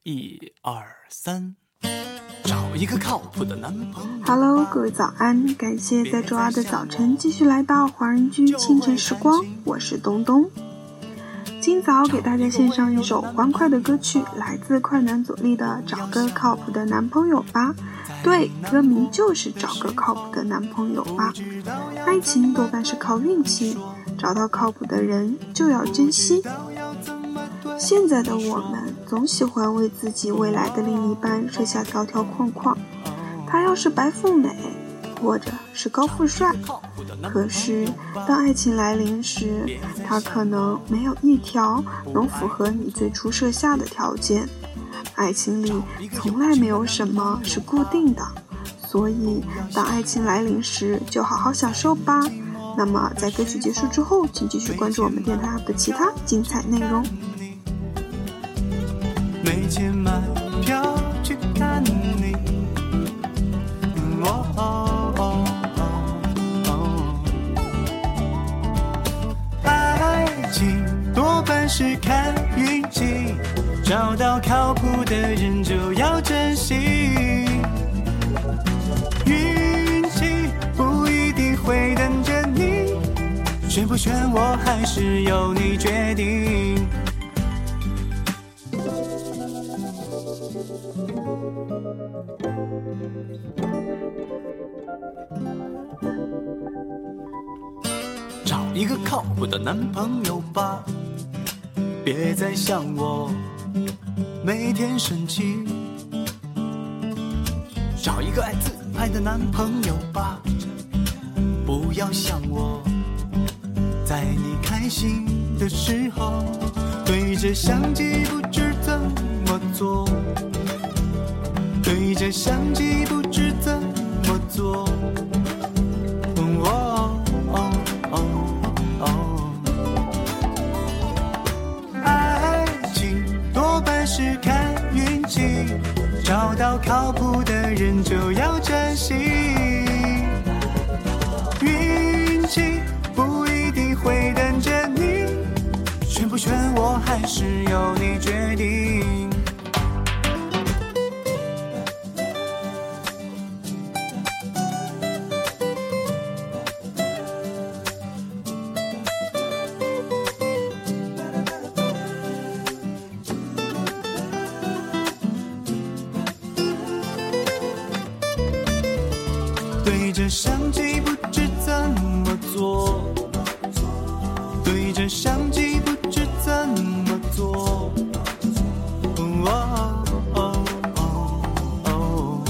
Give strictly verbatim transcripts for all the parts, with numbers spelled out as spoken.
一二三，找一个靠谱的男朋友。 Hello， 各位早安！感谢在周二的早晨继续来到华人居清晨时光，我是东东。今早给大家献上一首欢快的歌曲，来自快男左立的《找个靠谱的男朋友吧》。对，歌名就是找个靠谱的男朋友吧。爱情多半是靠运气，找到靠谱的人就要珍惜。现在的我们总喜欢为自己未来的另一半设下条条框框，他要是白富美或者是高富帅，可是当爱情来临时，他可能没有一条能符合你最初设下的条件。爱情里从来没有什么是固定的，所以当爱情来临时就好好享受吧。那么在歌曲结束之后，请继续关注我们电台的其他精彩内容。 没钱买票去看你，哦哦哦哦哦，爱情多半是看运气，找到靠谱的人就要珍惜。运气不一定会等着你，选不选我还是由你决定。找一个靠谱的男朋友吧，别再像我每天生气。找一个爱自拍的男朋友吧，不要像我在你开心的时候对着相机不知怎么做，对着相机不知怎么做。哦哦哦哦，爱情多半是看运气，找到靠谱的人就要珍惜。运气不一定会等着你，选不选我还是由你决定。对着相机不知怎么做，对着相机不知怎么做。哦哦哦哦，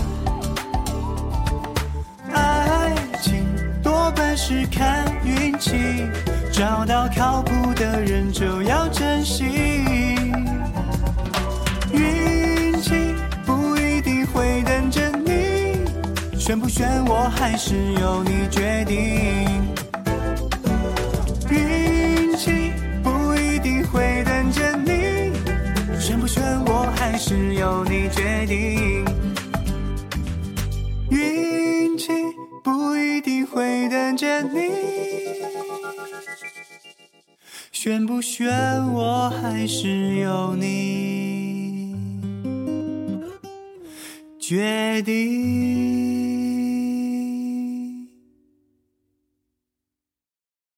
爱情多半是看运气，找到靠谱的人就要珍惜。运气不一定会等着你，选不选我还是由你决定。运气不一定会等着你，选不选我还是由你决定。运气不一定会等着你，选不选我还是由你决定。